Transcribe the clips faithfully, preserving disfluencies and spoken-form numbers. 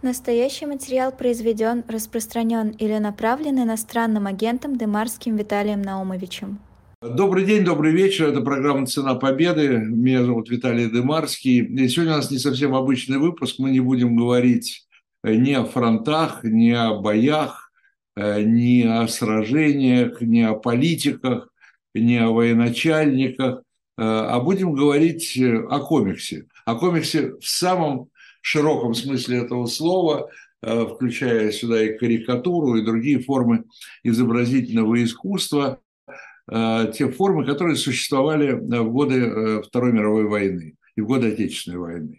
Настоящий материал произведен, распространен или направлен иностранным агентом Демарским Виталием Наумовичем. Добрый день, добрый вечер. Это программа «Цена победы». Меня зовут Виталий Демарский. И сегодня у нас не совсем обычный выпуск. Мы не будем говорить ни о фронтах, ни о боях, ни о сражениях, ни о политиках, ни о военачальниках, а будем говорить о комиксе. О комиксе в самом широком смысле этого слова, включая сюда и карикатуру, и другие формы изобразительного искусства, те формы, которые существовали в годы Второй мировой войны и в годы Отечественной войны.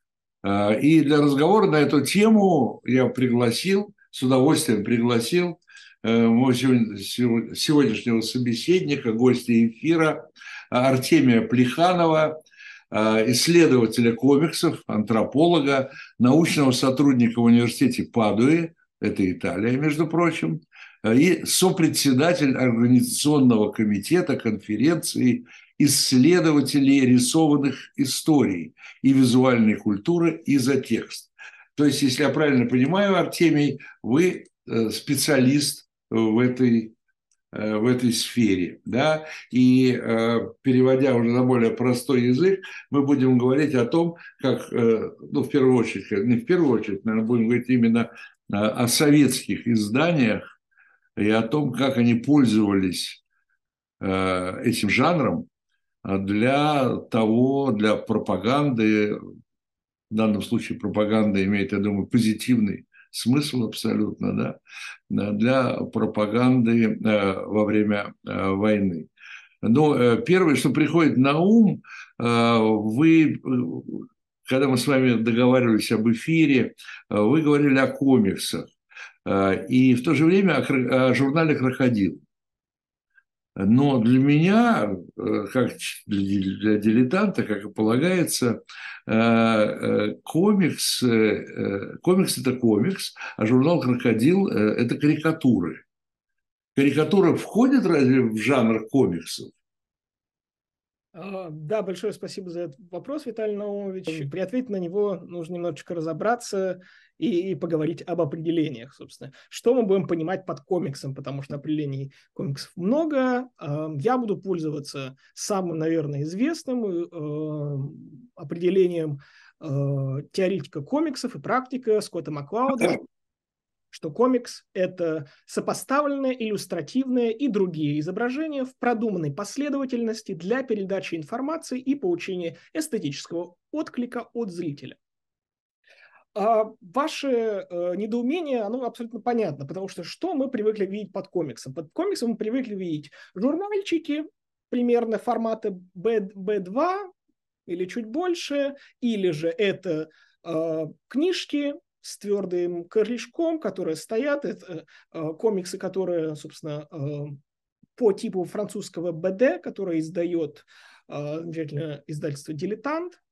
И для разговора на эту тему я пригласил, с удовольствием пригласил моего сегодняшнего собеседника, гостя эфира Артемия Плеханова, исследователя комиксов, антрополога, научного сотрудника в университете Падуи, это Италия, между прочим, и сопредседатель организационного комитета конференции исследователей рисованных историй и визуальной культуры изотекст. То есть, если я правильно понимаю, Артемий, вы специалист в этой, в этой сфере, да? И переводя уже на более простой язык, мы будем говорить о том, как, ну, в первую очередь, не в первую очередь, наверное, будем говорить именно о советских изданиях, и о том, как они пользовались э, этим жанром для того, для пропаганды, в данном случае пропаганда имеет, я думаю, позитивный смысл абсолютно, да, для пропаганды э, во время э, войны. Но э, первое, что приходит на ум, э, вы, когда мы с вами договаривались об эфире, вы говорили о комиксах. И в то же время о журнале «Крокодил». Но для меня, как для дилетанта, как и полагается, комикс, комикс – это комикс, а журнал «Крокодил» – это карикатуры. Карикатура входит разве в жанр комиксов? Да, большое спасибо за этот вопрос, Виталий Наумович. При ответе на него нужно немножечко разобраться и, и поговорить об определениях, собственно. Что мы будем понимать под комиксом, потому что определений комиксов много. Я буду пользоваться самым, наверное, известным определением теоретика комиксов и практика Скотта Маклауда, что комикс – это сопоставленное, иллюстративное и другие изображения в продуманной последовательности для передачи информации и получения эстетического отклика от зрителя. А ваше э, недоумение, оно абсолютно понятно, потому что что мы привыкли видеть под комиксом? Под комиксом мы привыкли видеть журнальчики примерно формата би два или чуть больше, или же это э, книжки с твердым корешком, которые стоят, это э, комиксы, которые, собственно, э, по типу французского бэ дэ, которое издает э, замечательное издательство «Дилетант».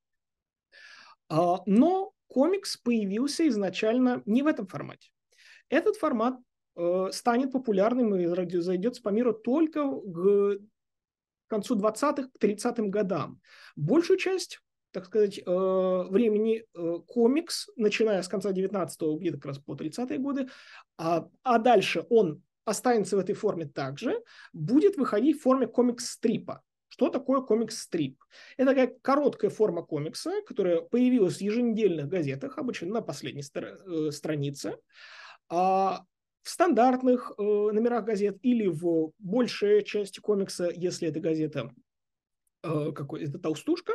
Э, но комикс появился изначально не в этом формате. Этот формат э, станет популярным и зайдет по миру только к концу двадцатых, к тридцатым годам. Большую часть, так сказать, времени комикс, начиная с конца девятнадцатого, где-то как раз по тридцатые годы, а, а дальше он останется в этой форме также, будет выходить в форме комикс-стрипа. Что такое комикс-стрип? Это такая короткая форма комикса, которая появилась в еженедельных газетах, обычно на последней стра- странице, а в стандартных э, номерах газет или в большей части комикса, если это газета, э, какой, это толстушка,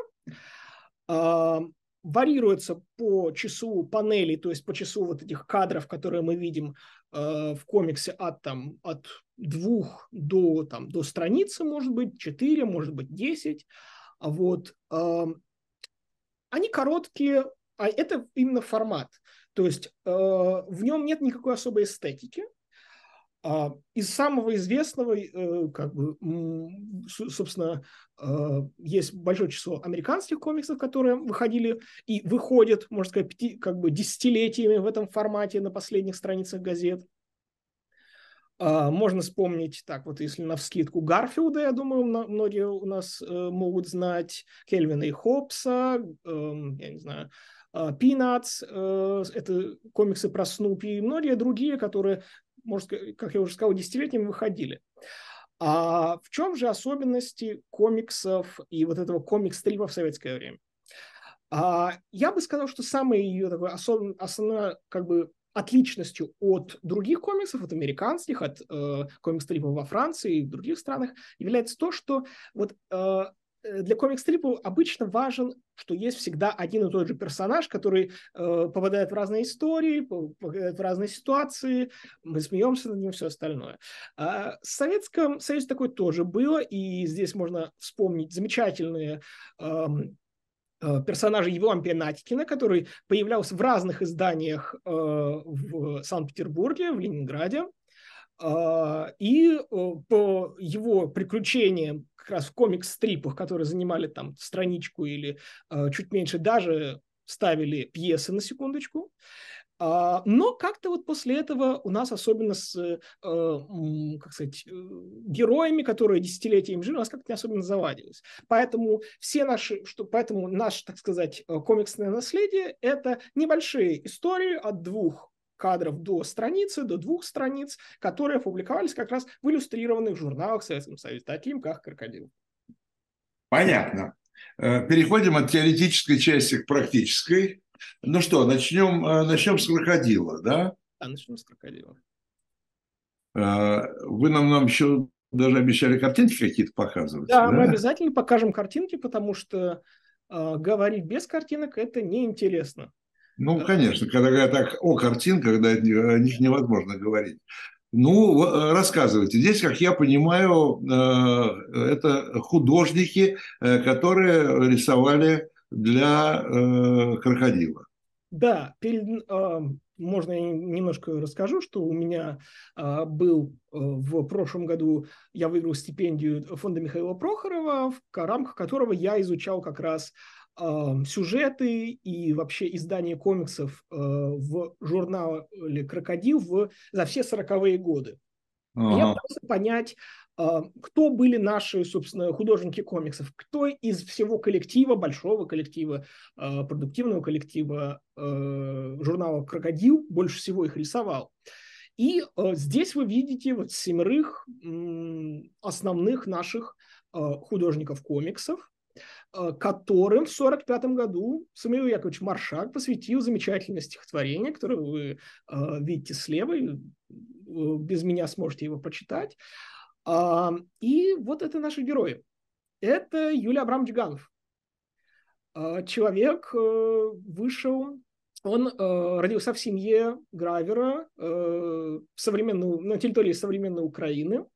э, варьируется по числу панелей, то есть по числу вот этих кадров, которые мы видим э, в комиксе от, там, от двух до, там, до страницы, может быть, четыре, может быть, десять. Вот. Э, они короткие, а это именно формат. То есть э, в нем нет никакой особой эстетики. Э, из самого известного, э, как бы, м, собственно, э, есть большое число американских комиксов, которые выходили и выходят, можно сказать, пяти, как бы десятилетиями в этом формате на последних страницах газет. Uh, можно вспомнить, так вот, если навскидку, Гарфилда, я думаю, многие у нас uh, могут знать, Кельвина и Хоббса, uh, я не знаю, Peanuts, это комиксы про Снупи и многие другие, которые, может, как я уже сказал, десятилетиями выходили. А в чем же особенности комиксов и вот этого комикс-стрипа в советское время? А я бы сказал, что самой ее такой особ... основной как бы отличностью от других комиксов, от американских, от э, комикс-стрипов во Франции и в других странах, является то, что вот э, для комикс-стрипа обычно важен, что есть всегда один и тот же персонаж, который э, попадает в разные истории, попадает в разные ситуации, мы смеемся над ним, все остальное. А в Советском Союзе такое тоже было, и здесь можно вспомнить замечательные э, персонажа Евлампия Пенатикина, который появлялся в разных изданиях э, в Санкт-Петербурге, в Ленинграде. Э, и э, по его приключениям как раз в комикс-стрипах, которые занимали там страничку или э, чуть меньше, даже ставили пьесы на секундочку. Но как-то вот после этого у нас, особенно с, э, как сказать, героями, которые десятилетиями жили, у нас как-то не особенно завадилось. Поэтому все наши, что, поэтому наше, так сказать, комиксное наследие – это небольшие истории от двух кадров до страницы, до двух страниц, которые публиковались как раз в иллюстрированных журналах Советского Союза, таким как «Крокодил». Понятно. Переходим от теоретической части к практической. Ну что, начнем, начнем с «Крокодила», да? Да, начнем с «Крокодила». Вы нам, нам еще даже обещали картинки какие-то показывать. Да, да, мы обязательно покажем картинки, потому что э, говорить без картинок – это неинтересно. Ну, конечно, когда говорят так о картинках, да, о них невозможно говорить. Ну, рассказывайте. Здесь, как я понимаю, это художники, которые рисовали для «Крокодила». Да, перед, э, можно я немножко расскажу, что у меня э, был э, в прошлом году, я выиграл стипендию фонда Михаила Прохорова, в рамках которого я изучал как раз э, сюжеты и вообще издание комиксов э, в журнале «Крокодил» в, за все сороковые годы. Ага. Я пытался понять, кто были наши, собственно, художники комиксов, кто из всего коллектива, большого коллектива, продуктивного коллектива журнала «Крокодил» больше всего их рисовал. И здесь вы видите вот семерых основных наших художников комиксов, которым в сорок пятом году Самуил Яковлевич Маршак посвятил замечательное стихотворение, которое вы э, видите слева, и, э, без меня сможете его почитать. А, и вот это наши герои. Это Юлий Абрамович Ганов. А, человек э, вышел, он э, родился в семье гравера э, в современную, на территории современной Украины,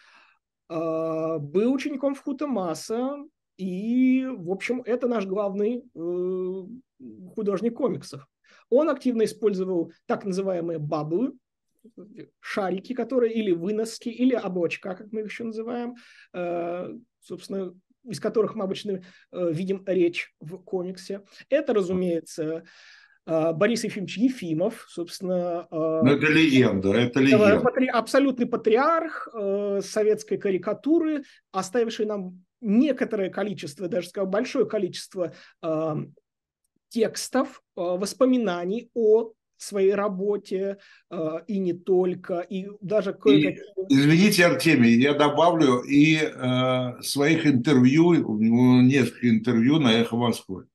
э, был учеником Вхутемаса. И, в общем, это наш главный э, художник комиксов. Он активно использовал так называемые баблы, шарики, которые или выноски, или обочка, как мы их еще называем, э, собственно, из которых мы обычно э, видим речь в комиксе. Это, разумеется, э, Борис Ефимович Ефимов, собственно. Э, Но это легенда, это легенда. Патри, абсолютный патриарх э, советской карикатуры, оставивший нам некоторое количество, даже сказал, большое количество э, текстов, э, воспоминаний о своей работе, э, и не только, и даже кое-какие... Извините, Артемий, я добавлю и э, своих интервью, у него несколько интервью на «Эхо Москвы».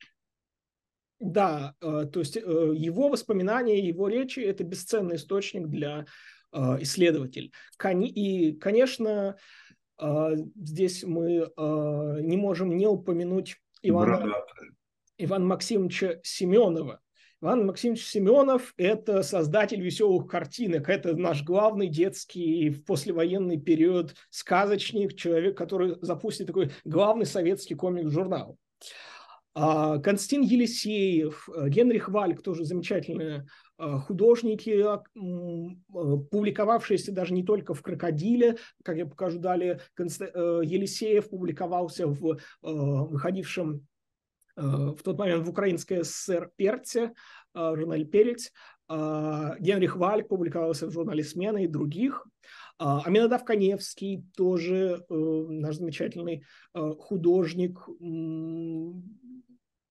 Да, э, то есть э, его воспоминания, его речи – это бесценный источник для э, исследователей. И, конечно, здесь мы не можем не упомянуть Ивана, Ивана Максимовича Семенова. Иван Максимович Семенов – это создатель веселых картинок, это наш главный детский в послевоенный период сказочник, человек, который запустит такой главный советский комикс-журнал. Константин Елисеев, Генрих Вальк, тоже замечательные художники, публиковавшиеся даже не только в «Крокодиле», как я покажу далее. Елисеев публиковался в выходившем в тот момент в Украинской ССР «Перце», в журнале «Перец». Генрих Вальк публиковался в журнале «Смена» и других. Аминадав Каневский, тоже наш замечательный художник,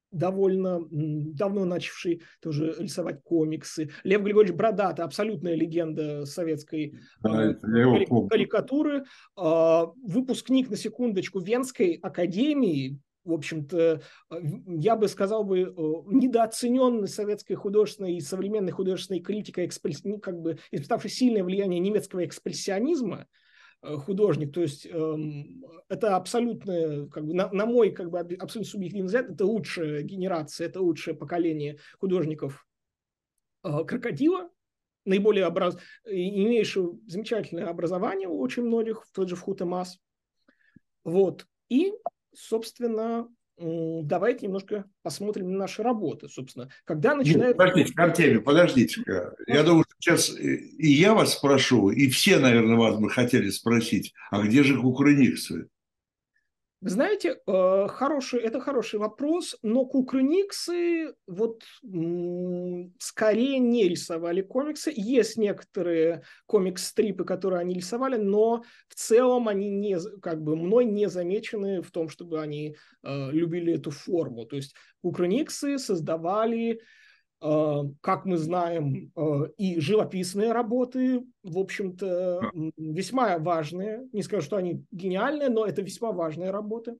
довольно давно начавший тоже рисовать комиксы. Лев Григорьевич Бродата, абсолютная легенда советской Да, э, я его помню. карикатуры. Э, выпускник, на секундочку, Венской академии, в общем-то, я бы сказал бы, недооцененный советской художественной и современной художественной критикой, экспресс... как бы испытавший сильное влияние немецкого экспрессионизма, художник, то есть э, это абсолютно, как бы, на, на мой как бы, абсолютно субъективный взгляд, это лучшая генерация, это лучшее поколение художников э, крокодила, наиболее образ... имеющего замечательное образование у очень многих, в тот же Вхут Эмас. Вот. И, собственно, давайте немножко посмотрим на наши работы, собственно. Когда начинают... Нет, подождите, Артемий, подождите-ка. Я думаю, что сейчас и я вас спрошу, и все, наверное, вас бы хотели спросить, а где же кукрыниксы? Вы знаете, хороший, это хороший вопрос, но кукрыниксы вот скорее не рисовали комиксы. Есть некоторые комикс-стрипы, которые они рисовали, но в целом они не, как бы мной не замечены в том, чтобы они любили эту форму. То есть кукрыниксы создавали, как мы знаем, и живописные работы, в общем-то, весьма важные. Не скажу, что они гениальные, но это весьма важные работы.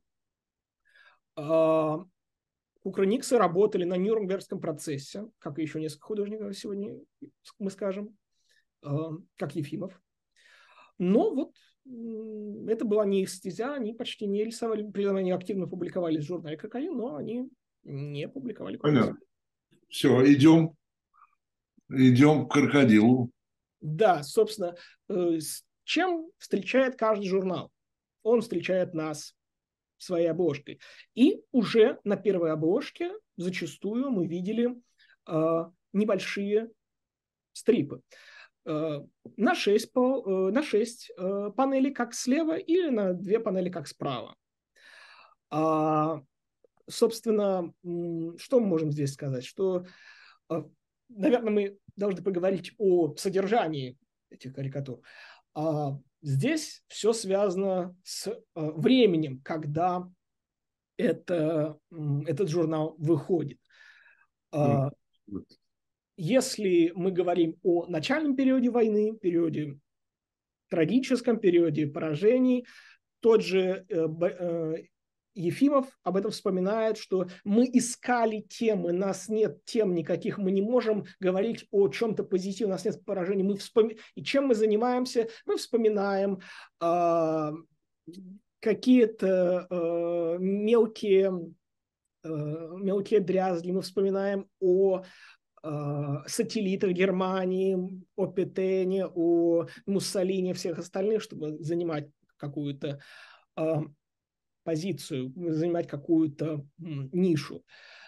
Кукрыниксы работали на Нюрнбергском процессе, как и еще несколько художников сегодня мы скажем, как Ефимов. Но вот это была не их стезя, они почти не рисовали, при этом они активно публиковались в журнале «Кокаин», но они не публиковали комиксы. Все, идем, идем к крокодилу. Да, собственно, с чем встречает каждый журнал? Он встречает нас своей обложкой. И уже на первой обложке зачастую мы видели э, небольшие стрипы. Э, на шесть, по, э, на шесть э, панелей как слева или на две панели как справа. А, собственно, что мы можем здесь сказать? Что, э, наверное, мы должны поговорить о содержании этих карикатур. А, здесь все связано с э, временем, когда это, этот журнал выходит. А, если мы говорим о начальном периоде войны, периоде трагическом, периоде поражений, тот же э, э, Ефимов об этом вспоминает, что мы искали темы, нас нет тем никаких, мы не можем говорить о чем-то позитивном, у нас нет поражений. Мы вспом... И чем мы занимаемся? Мы вспоминаем э, какие-то э, мелкие, э, мелкие дрязги, мы вспоминаем о э, сателлитах Германии, о Петене, о Муссолини, всех остальных, чтобы занимать какую-то э, позицию, занимать какую-то нишу.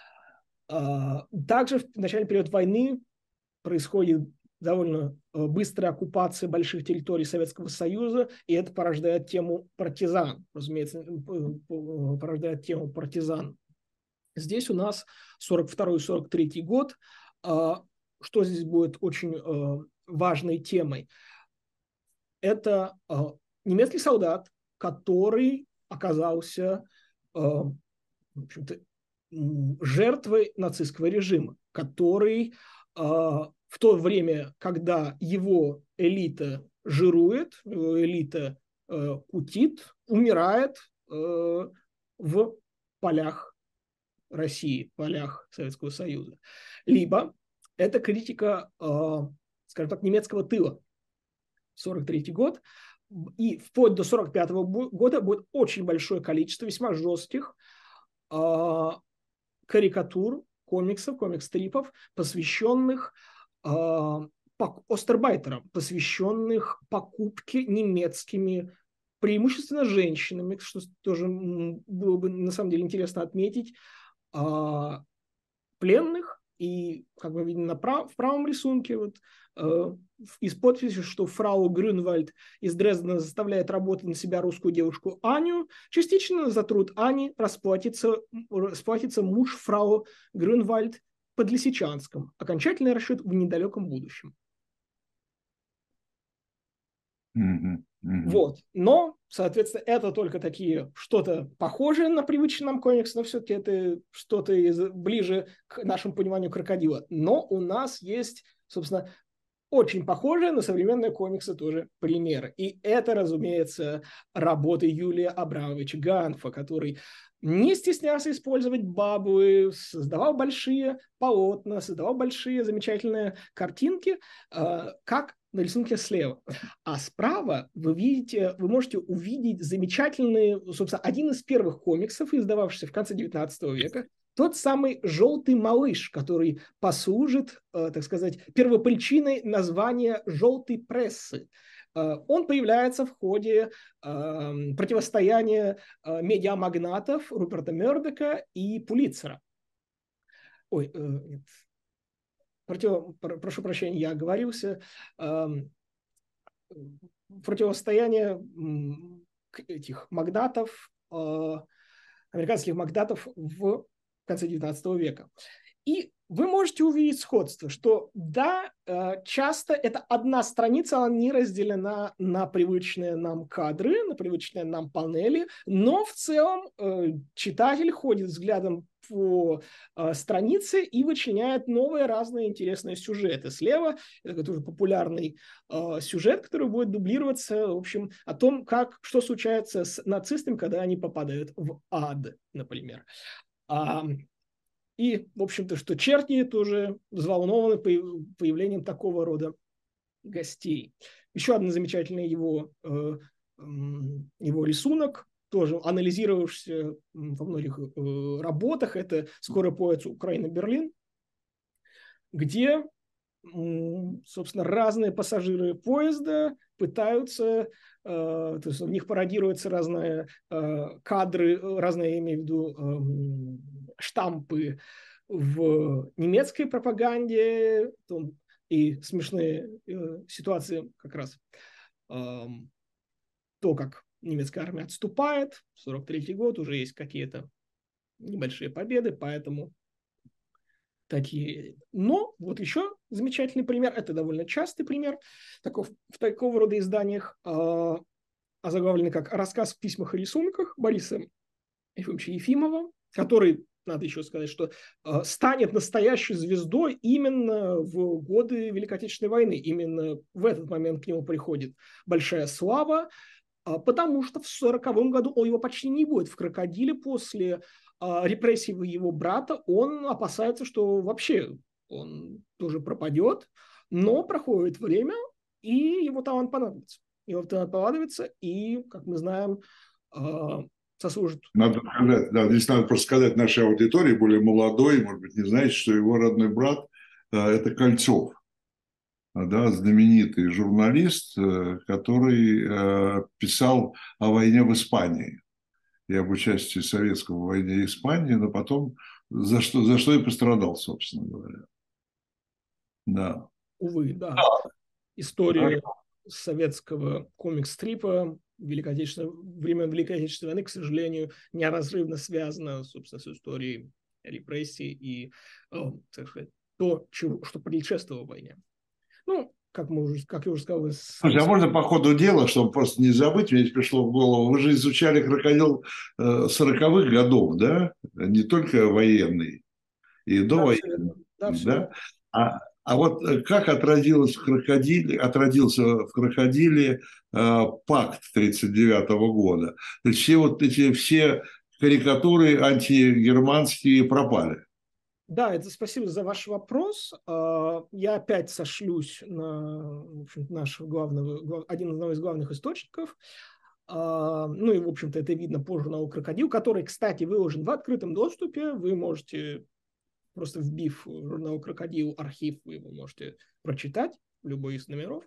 Также в начальный период войны происходит довольно быстрая оккупация больших территорий Советского Союза, и это порождает тему партизан, разумеется, порождает тему партизан. Здесь у нас сорок второй — сорок третий год. Что здесь будет очень важной темой? Это немецкий солдат, который оказался э, в общем-то, жертвой нацистского режима, который э, в то время, когда его элита жирует, его элита э, кутит, умирает э, в полях России, полях Советского Союза. Либо это критика, э, скажем так, немецкого тыла. сорок третий год. И вплоть до сорок пятого года будет очень большое количество весьма жестких э, карикатур, комиксов, комикс-стрипов, посвященных э, остербайтерам, посвященных покупке немецкими, преимущественно женщинами, что тоже было бы на самом деле интересно отметить, э, пленных. И, как мы видим на прав, в правом рисунке, вот, э, из подписи, что фрау Грюнвальд из Дрездена заставляет работать на себя русскую девушку Аню, частично за труд Ани расплатится, расплатится муж фрау Грюнвальд под Лисичанском. Окончательный расчет в недалеком будущем. Мгм. Мгм. Вот. Но, соответственно, это только такие что-то похожее на привычный нам комикс, но все-таки это что-то из, ближе к нашему пониманию крокодила. Но у нас есть, собственно, очень похожие на современные комиксы тоже примеры. И это, разумеется, работы Юлия Абрамовича Ганфа, который не стеснялся использовать бабы, создавал большие полотна, создавал большие замечательные картинки, э, как на рисунке слева. А справа вы видите, вы можете увидеть замечательный, собственно, один из первых комиксов, издававшийся в конце девятнадцатого века, тот самый «Желтый малыш», который послужит, э, так сказать, первопричиной названия «желтой прессы». Э, он появляется в ходе э, противостояния э, медиамагнатов Руперта Мердока и Пулитцера. Ой, э, нет. Против... прошу прощения, я оговорился. Э, противостояние этих магнатов, э, американских магнатов в конце девятнадцатого века. И вы можете увидеть сходство, что да, часто это одна страница, она не разделена на привычные нам кадры, на привычные нам панели, но в целом читатель ходит взглядом по странице и вычленяет новые разные интересные сюжеты. Слева это тоже популярный сюжет, который будет дублироваться, в общем, о том, как, что случается с нацистами, когда они попадают в ад, например. И, в общем-то, что черти тоже взволнованы появлением такого рода гостей. Еще один замечательный его, э, его рисунок, тоже анализировавшийся во многих э, работах, это «Скорый поезд Украина-Берлин», где, собственно, разные пассажиры поезда пытаются, э, то есть в них пародируются разные э, кадры, разные, я имею в виду, э, штампы в немецкой пропаганде и смешные э, ситуации как раз. Э, то, как немецкая армия отступает, сорок третий год, уже есть какие-то небольшие победы, поэтому такие. Но вот еще замечательный пример, это довольно частый пример, таков, в такого рода изданиях, э, озаглавленный как «Рассказ в письмах и рисунках» Бориса Ефимовича Ефимова, который, надо еще сказать, что э, станет настоящей звездой именно в годы Великой Отечественной войны. Именно в этот момент к нему приходит большая слава, э, потому что в сороковом году он его почти не будет в «Крокодиле» после репрессий его брата. Он опасается, что вообще он тоже пропадет, но проходит время, и его талант понадобится. Его талант понадобится, и, как мы знаем, сослужит. Надо сказать, да, здесь надо просто сказать нашей аудитории, более молодой, может быть, не знаете, что его родной брат – это Кольцов, да, знаменитый журналист, который писал о войне в Испании и об участии советского в войне Испании, но потом за что, за что и пострадал, собственно говоря. Да. Увы, да. История да. советского комикс-стрипа Великой Отечественной, времен Великой Отечественной войны, к сожалению, неразрывно связана, собственно, с историей репрессий и, так сказать, то, чего, что предшествовало войне. Ну, как, мы уже, как я уже сказал... С... Слушайте, а можно по ходу дела, чтобы просто не забыть, мне пришло в голову, вы же изучали крокодил сороковых годов, да? Не только военный, и до военный, да? да? А, а вот как отразилось в крокодиле, отразился в крокодиле э, пакт тридцать девятого года? То есть все вот эти все карикатуры антигерманские пропали. Да, это спасибо за ваш вопрос. Я опять сошлюсь на, в общем, нашего главного, один из главных источников. Ну и, в общем-то, это видно по журналу «Крокодил», который, кстати, выложен в открытом доступе. Вы можете, просто вбив журнал «Крокодил» архив, вы его можете прочитать, любой из номеров.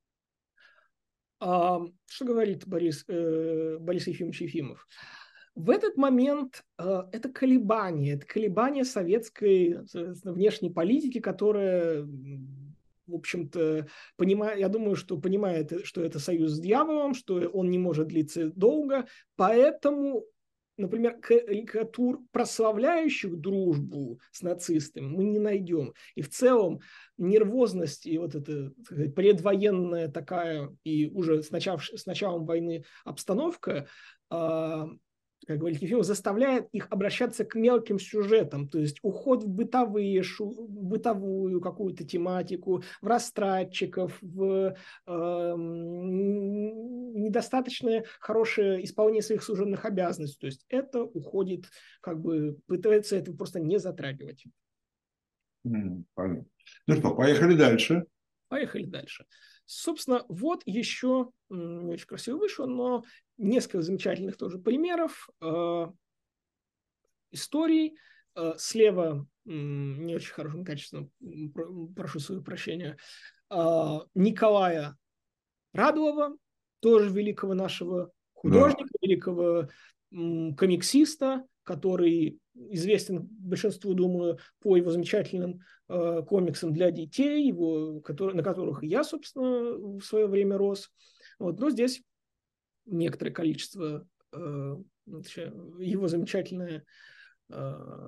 Что говорит Борис, Борис Ефимович Ефимов? В этот момент э, это колебание, это колебание советской внешней политики, которая, в общем-то, понимает, я думаю, что понимает, что это союз с дьяволом, что он не может длиться долго, поэтому например, карикатур, прославляющих дружбу с нацистами, мы не найдем. И в целом нервозность и вот эта сказать, предвоенная такая и уже с, начав, с началом войны обстановка, э, как говорит Ефимов, заставляет их обращаться к мелким сюжетам, то есть уход в бытовые, шу, бытовую какую-то тематику, в растратчиков, в э, недостаточно хорошее исполнение своих служебных обязанностей. То есть это уходит, как бы пытается это просто не затрагивать. Понятно. Ну что, поехали дальше. Поехали дальше. Собственно, вот еще, не очень красиво вышло, но несколько замечательных тоже примеров э, историй. Э, слева, э, не очень хорошим качеством, про, прошу своего прощения, э, Николая Радулова, тоже великого нашего художника, да. великого э, комиксиста, который известен большинству, думаю, по его замечательным э, комиксам для детей, его, который, на которых я, собственно, в свое время рос. Вот. Но здесь некоторое количество э, его замечательное э,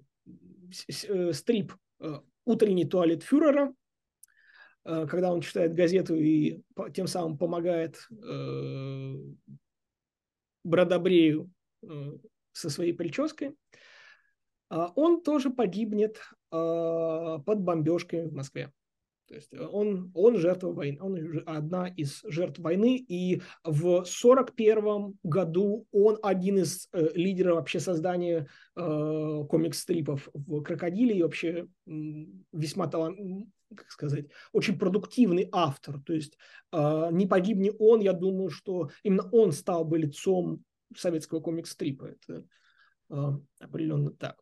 стрип э, «Утренний туалет фюрера», э, когда он читает газету и тем самым помогает э, Бродобрею э, со своей прической. Он тоже погибнет под бомбежками в Москве. То есть он, он жертва войны, он одна из жертв войны, и в сорок первом году он один из э, лидеров вообще создания э, комикс-стрипов в «Крокодиле» и вообще э, весьма талант, как сказать, очень продуктивный автор. То есть э, не погибни он, я думаю, что именно он стал бы лицом советского комикс-стрипа. Это э, определенно так.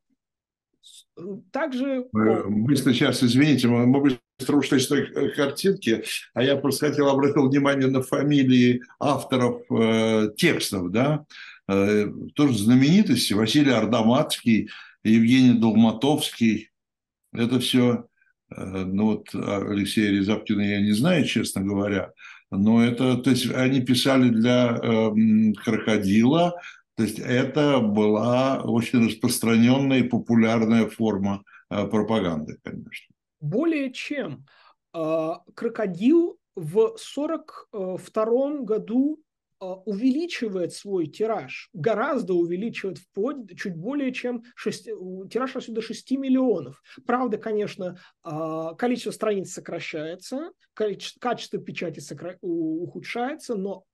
Также... Быстро сейчас, извините, мы быстро ушли с той картинки, а я просто хотел обратить внимание на фамилии авторов э, текстов, да, э, тоже знаменитости, Василий Ардаматский, Евгений Долматовский, это все, э, ну вот Алексея Резавкина я не знаю, честно говоря, но это, то есть они писали для э, «Крокодила». То есть это была очень распространенная и популярная форма э, пропаганды, конечно. Более чем. «Крокодил» в сорок втором году увеличивает свой тираж, гораздо увеличивает, вплоть чуть более чем шесть, тираж растет до шести миллионов. Правда, конечно, количество страниц сокращается, количество, качество печати сокра... ухудшается, но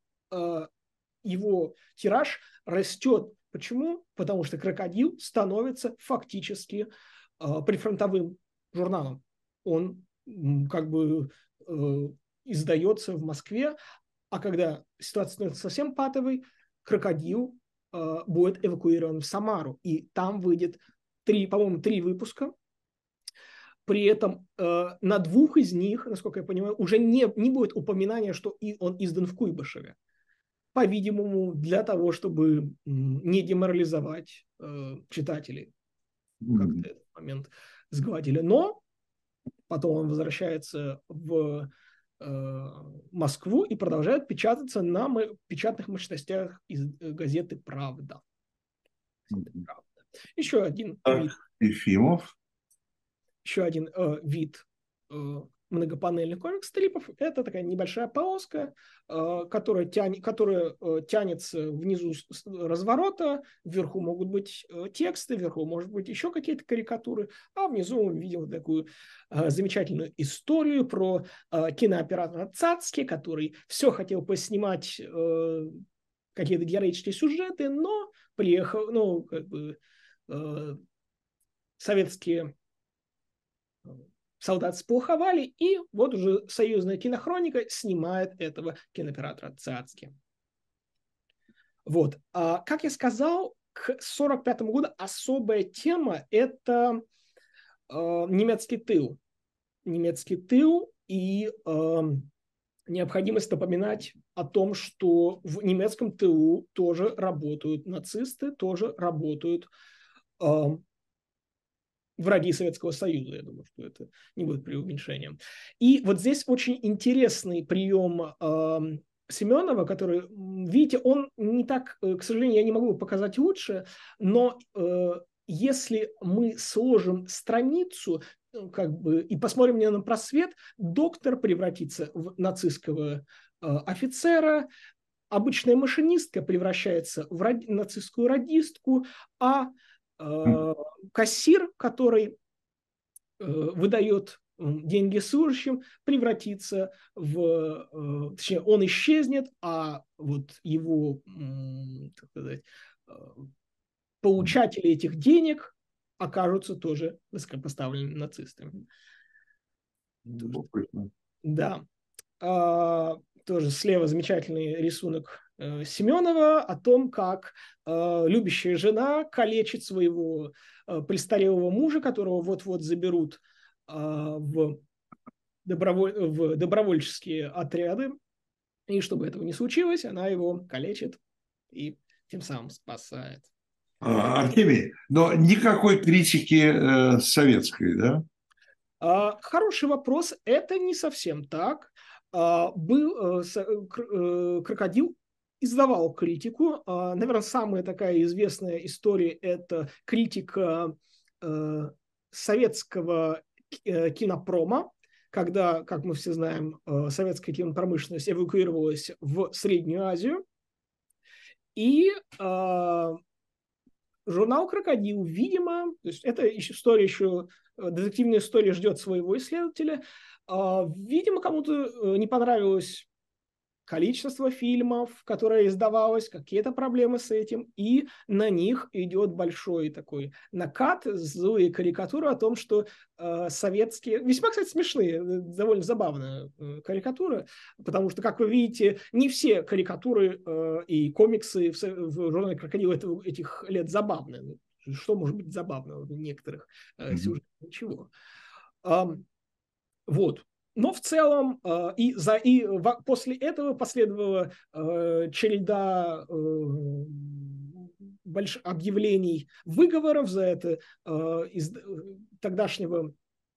его тираж растет. Почему? Потому что «Крокодил» становится фактически э, прифронтовым журналом. Он м, как бы э, издается в Москве, а когда ситуация становится совсем патовой, «Крокодил» э, будет эвакуирован в Самару. И там выйдет, три, по-моему, три выпуска. При этом э, на двух из них, насколько я понимаю, уже не, не будет упоминания, что и он издан в Куйбышеве. По-видимому, для того, чтобы не деморализовать э, читателей. Как-то этот момент сгладили. Но потом он возвращается в э, Москву и продолжает печататься на печатных мощностях из газеты «Правда». «Правда». Еще один вид. Ефимов. Еще один э, вид э, многопанельных комикс-стрипов. Это такая небольшая полоска, э, которая, тянет, которая э, тянется внизу с разворота. Вверху могут быть э, тексты, вверху может быть еще какие-то карикатуры, а внизу мы видим такую э, замечательную историю про э, кинооператора Цацки, который все хотел поснимать э, какие-то героические сюжеты, но приехал, ну, как бы э, советские солдат сплоховали, и вот уже союзная кинохроника снимает этого кинооператора Цацки. Вот. А, как я сказал, к сорок пятому году особая тема – это э, немецкий тыл. Немецкий тыл и э, необходимость напоминать о том, что в немецком тылу тоже работают нацисты, тоже работают э, враги Советского Союза. Я думаю, что это не будет преуменьшением. И вот здесь очень интересный прием э, Семенова, который, видите, он не так, к сожалению, я не могу показать лучше, но э, если мы сложим страницу как бы, и посмотрим на нее на просвет, доктор превратится в нацистского э, офицера, обычная машинистка превращается в ради, нацистскую радистку, а э, кассир, который э, выдает деньги служащим, превратится в... Точнее, он исчезнет, а вот его, так сказать, получатели этих денег окажутся тоже высокопоставленными нацистами. Любопытно. Да. А, тоже слева замечательный рисунок э, Семенова о том, как э, любящая жена калечит своего э, престарелого мужа, которого вот-вот заберут В, доброволь... в добровольческие отряды, и чтобы этого не случилось, она его калечит и тем самым спасает. А, Артемий, но никакой критики э, советской, да? А, хороший вопрос. Это не совсем так. А, был, э, крокодил издавал критику. А, наверное, самая такая известная история – это критика э, советского кинопрома, когда, как мы все знаем, советская кинопромышленность эвакуировалась в Среднюю Азию. И э, журнал «Крокодил», видимо, то есть эта история еще, детективная история ждет своего исследователя, э, видимо, кому-то не понравилось количество фильмов, которое издавалось, какие-то проблемы с этим, и на них идет большой такой накат, злые карикатуры о том, что э, советские, весьма, кстати, смешные, довольно забавная э, карикатура, потому что, как вы видите, не все карикатуры э, и комиксы в, в журнале «Крокодил» этих лет забавные. Что может быть забавного в некоторых э, сюжетах? Ничего. Um, вот. Но в целом э, и, за, и в, после этого последовала э, череда э, больш, объявлений выговоров за это э, из тогдашнего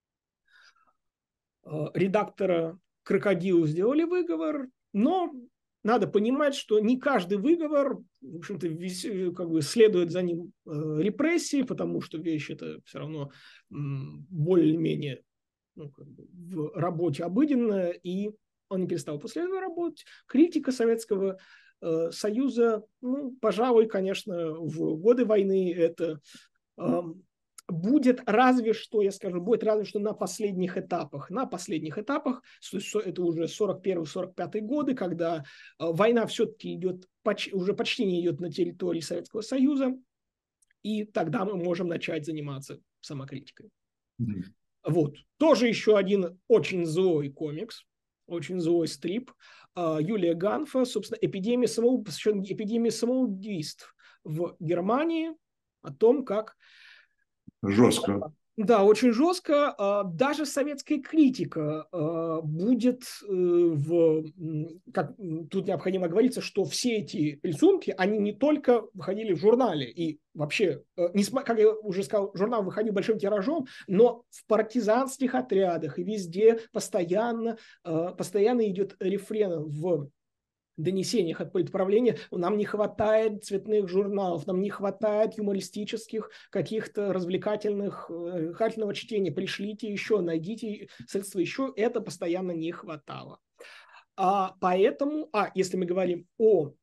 э, редактора «Крокодилу» сделали выговор, но надо понимать, что не каждый выговор, в общем-то, весь, как бы следует за ним э, репрессии, потому что вещь это все равно э, более-менее Ну, как бы в работе обыденная, и он не перестал после этого работать. Критика Советского э, Союза, ну, пожалуй, конечно, в годы войны это э, будет разве что, я скажу, будет разве что на последних этапах. На последних этапах, это уже сорок первый — сорок пятый годы, когда э, война все-таки идет, уже почти не идет на территории Советского Союза, и тогда мы можем начать заниматься самокритикой. Mm-hmm. Вот. Тоже еще один очень злой комикс, очень злой стрип. Юлия Ганфа, собственно, эпидемия самоуб... посвящен эпидемии самоубийств в Германии, о том, как... Жестко. Да, очень жестко. Даже советская критика будет в... Как тут необходимо говориться, что все эти рисунки, они не только выходили в журнале, и вообще, как я уже сказал, журнал выходил большим тиражом, но в партизанских отрядах и везде постоянно, постоянно идет рефрен в донесениях от политправления: нам не хватает цветных журналов, нам не хватает юмористических каких-то развлекательных, развлекательного чтения, пришлите еще, найдите средства еще, это постоянно не хватало. А поэтому, а если мы говорим о,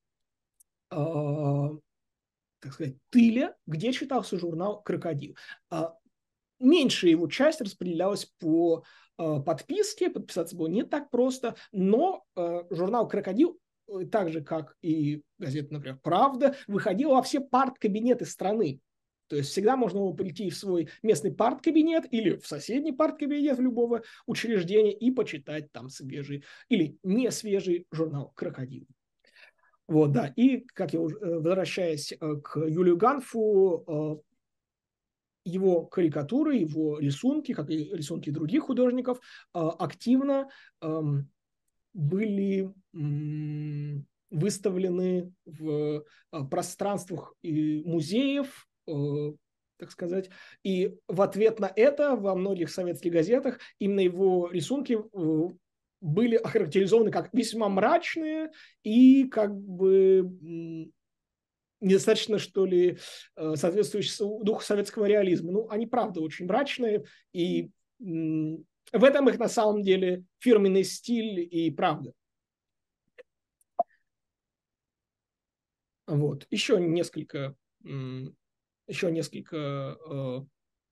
а, так сказать, тыле, где читался журнал «Крокодил», а, меньшая его часть распределялась по а, подписке, подписаться было не так просто, но а, журнал «Крокодил», так же, как и газета, например, «Правда», выходила во все парткабинеты страны. То есть всегда можно было прийти в свой местный парткабинет или в соседний парткабинет любого учреждения и почитать там свежий или не свежий журнал «Крокодил». Вот, да. И, как я уже, возвращаясь к Юлию Ганфу, его карикатуры, его рисунки, как и рисунки других художников, активно были выставлены в пространствах музеев, так сказать, и в ответ на это во многих советских газетах именно его рисунки были охарактеризованы как весьма мрачные и как бы недостаточно, что ли, соответствующие духу советского реализма. Ну, они, правда, очень мрачные, и в этом их, на самом деле, фирменный стиль и правда. Вот. Еще несколько, еще несколько э,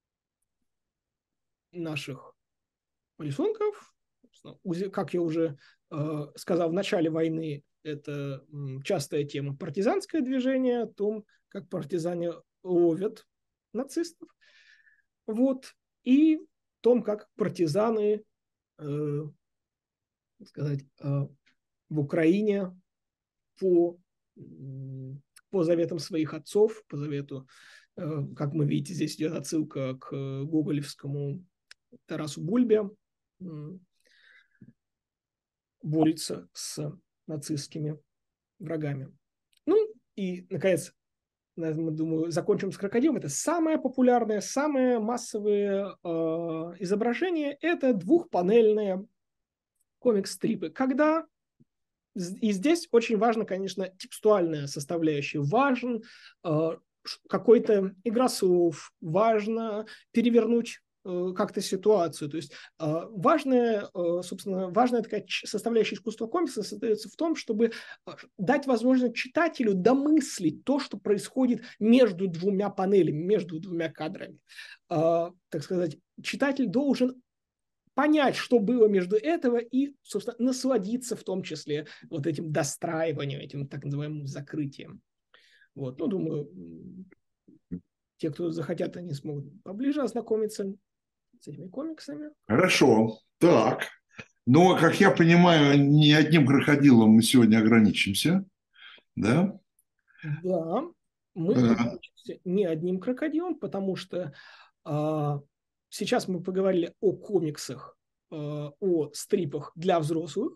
наших рисунков. Как я уже э, сказал в начале войны, это частая тема партизанское движение, о том, как партизане ловят нацистов. Вот. И о том, как партизаны, э, так сказать, э, в Украине по, по заветам своих отцов, по завету, э, как мы видите, здесь идет отсылка к гоголевскому Тарасу Бульбе, э, борется с нацистскими врагами. Ну и, наконец, мы, думаю, закончим с крокодилом. Это самое популярное, самое массовое э, изображение. Это двухпанельные комикс-стрипы. Когда и здесь очень важно, конечно, текстуальная составляющая. Важен э, какой-то игра слов, важно перевернуть как-то ситуацию. То есть важная, собственно, важная такая составляющая искусства комикса состоится в том, чтобы дать возможность читателю домыслить то, что происходит между двумя панелями, между двумя кадрами. Так сказать, читатель должен понять, что было между этого, и, собственно, насладиться в том числе вот этим достраиванием, этим так называемым закрытием. Вот, ну, думаю, те, кто захотят, они смогут поближе ознакомиться с этими комиксами. Хорошо. Так. Но, как я понимаю, не одним крокодилом мы сегодня ограничимся. Да? Да, мы а... ограничимся не одним крокодилом, потому что а, сейчас мы поговорили о комиксах, а, о стрипах для взрослых.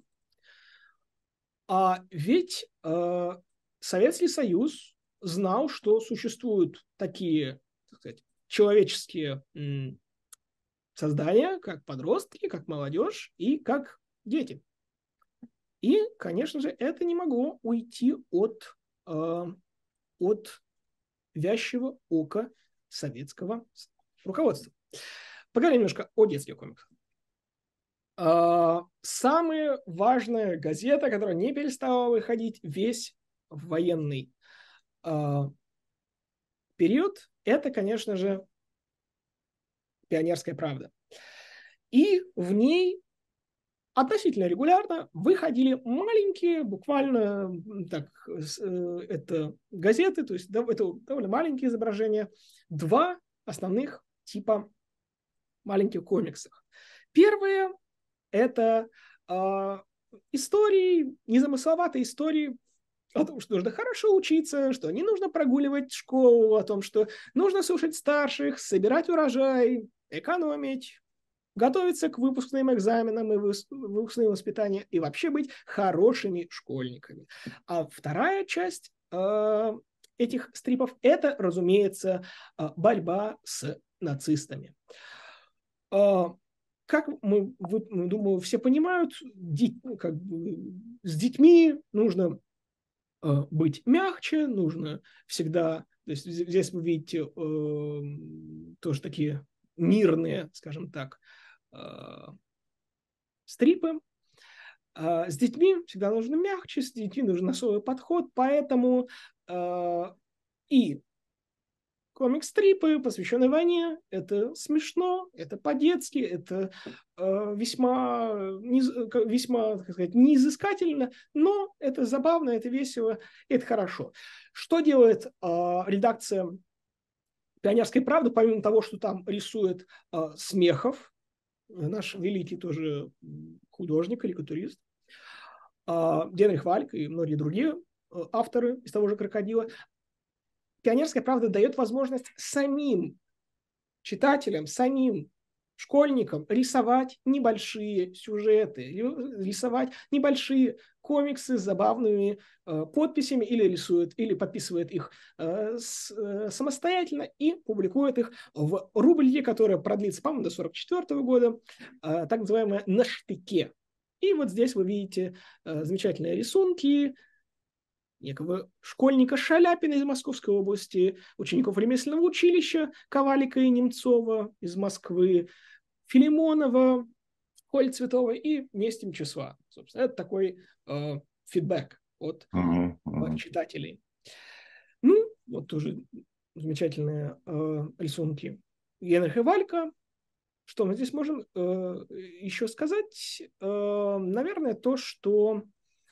А ведь а, Советский Союз знал, что существуют такие, так сказать, человеческие м, создания, как подростки, как молодежь и как дети. И, конечно же, это не могло уйти от, э, от вязчего ока советского руководства. Поговорим немножко о детских комиксах. Э, самая важная газета, которая не перестала выходить весь военный э, период, это, конечно же, «Пионерская правда». И в ней относительно регулярно выходили маленькие, буквально так, это газеты, то есть это довольно маленькие изображения, два основных типа маленьких комиксов. Первые – это э, истории, незамысловатые истории о том, что нужно хорошо учиться, что не нужно прогуливать школу, о том, что нужно слушать старших, собирать урожай, экономить, готовиться к выпускным экзаменам и выпускным воспитаниям и вообще быть хорошими школьниками. А вторая часть э, этих стрипов – это, разумеется, борьба с нацистами. Э, как мы, вы, думаю, все понимают, ди, как бы, с детьми нужно э, быть мягче, нужно всегда… То есть здесь вы видите э, тоже такие мирные, скажем так, стрипы. С детьми всегда нужно мягче, с детьми нужен особый подход, поэтому и комикс-стрипы, посвященные войне, это смешно, это по-детски, это весьма, весьма, так сказать, неизыскательно, но это забавно, это весело, это хорошо. Что делает редакция «Пионерской правды», помимо того, что там рисует Смехов, наш великий тоже художник, карикатурист, Генрих Вальк и многие другие авторы из того же «Крокодила», «Пионерская правда» дает возможность самим читателям, самим школьникам рисовать небольшие сюжеты, рисовать небольшие комиксы с забавными э, подписями, или рисует, или подписывает их э, с, э, самостоятельно и публикует их в рубрике, которая продлится, по-моему, до сорок четвёртого года, э, так называемая «На штыке». И вот здесь вы видите э, замечательные рисунки некого школьника Шаляпина из Московской области, учеников ремесленного училища Ковалика и Немцова из Москвы, Филимонова, Кольцветова и Местем-Числа. Собственно, это такой э, фидбэк от uh-huh, uh-huh. читателей. Ну, вот тоже замечательные э, рисунки Генриха Валька. Что мы здесь можем э, еще сказать? Э, наверное, то, что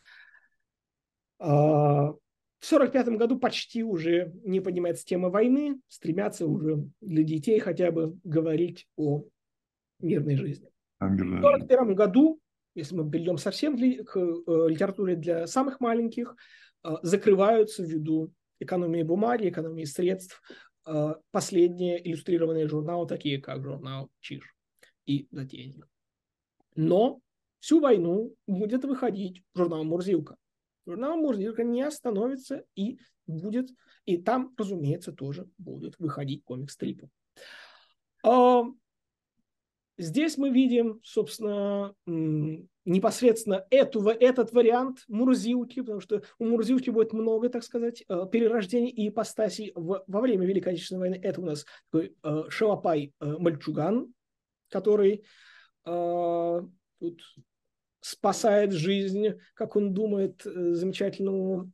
э, в сорок пятом году почти уже не поднимается тема войны, стремятся уже для детей хотя бы говорить о мирной жизни. В сорок первом году, если мы перейдем совсем для, к э, литературе для самых маленьких, э, закрываются ввиду экономии бумаги, экономии средств э, последние иллюстрированные журналы, такие как журнал «Чиж» и «Затейник». Но всю войну будет выходить журнал «Мурзилка». Журнал «Мурзилка» не остановится и будет, и там, разумеется, тоже будут выходить комикс-стрипы. Э, Здесь мы видим, собственно, непосредственно эту, этот вариант Мурзилки, потому что у Мурзилки будет много, так сказать, перерождений и ипостасей во время Великой Отечественной войны. Это у нас такой Шалопай Мальчуган, который э, тут спасает жизнь, как он думает, замечательному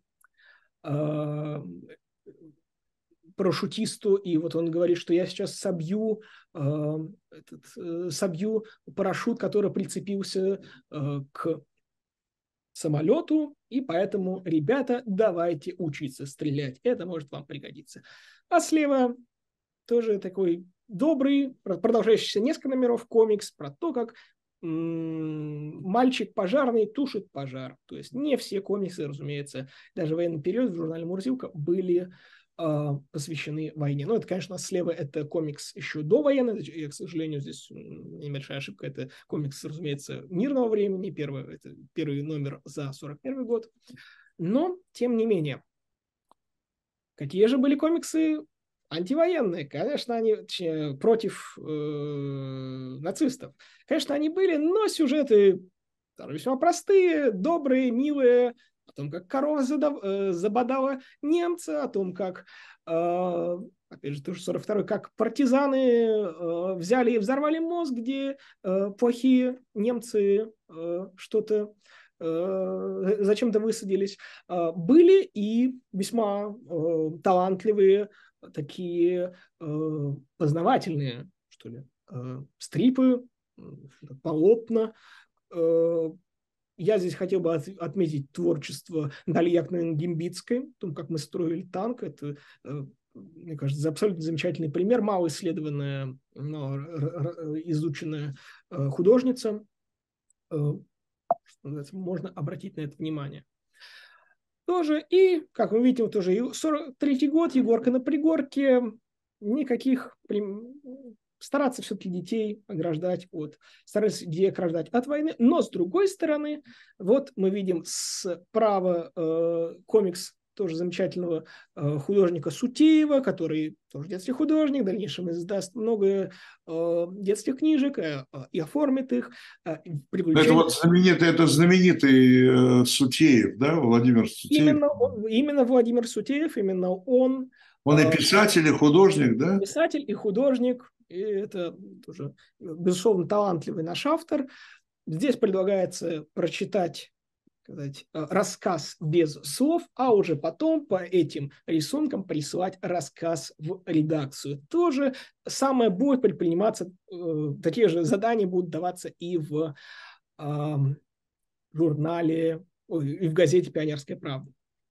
э, парашютисту, и вот он говорит, что я сейчас собью, э, этот, э, собью парашют, который прицепился э, к самолету, и поэтому, ребята, давайте учиться стрелять, это может вам пригодиться. А слева тоже такой добрый, продолжающийся несколько номеров комикс про то, как м- мальчик пожарный тушит пожар. То есть не все комиксы, разумеется, даже в военный период в журнале «Мурзилка» были посвящены войне. Ну, это, конечно, слева это комикс еще до военной. Я, к сожалению, здесь небольшая ошибка. Это комикс, разумеется, мирного времени. Первый, это первый номер за сорок первый год. Но, тем не менее, какие же были комиксы антивоенные? Конечно, они точнее, против э, нацистов. Конечно, они были, но сюжеты весьма простые, добрые, милые. О том, как корова задав, э, забодала немца, о том, как, э, опять же, тоже сорок второй, как партизаны э, взяли и взорвали мост, где э, плохие немцы э, что-то э, зачем-то высадились. Э, были и весьма э, талантливые, такие э, познавательные, что ли, э, стрипы, полотна. Э, Я здесь хотел бы отметить творчество Дали Яковлевны Гимбицкой, о том, как мы строили танк. Это, мне кажется, абсолютно замечательный пример, мало исследованная, но изученная художница. Можно обратить на это внимание. Тоже, и, как мы видим, тоже сорок третий год, Егорка на пригорке, никаких... Стараться все-таки детей ограждать от, стараться детей ограждать от войны. Но с другой стороны, вот мы видим справа э, комикс тоже замечательного э, художника Сутеева, который тоже детский художник, в дальнейшем издаст много э, детских книжек э, и оформит их. Э, это вот знаменитый, это знаменитый э, Сутеев, да, Владимир Сутеев? Именно, он, именно Владимир Сутеев, именно он. Он и писатель, и художник, да? Писатель и художник. И это тоже, безусловно, талантливый наш автор. Здесь предлагается прочитать, сказать, рассказ без слов, а уже потом по этим рисункам присылать рассказ в редакцию. Тоже самое будет предприниматься, э, такие же задания будут даваться и в э, журнале, ой, и в газете «Пионерская правда».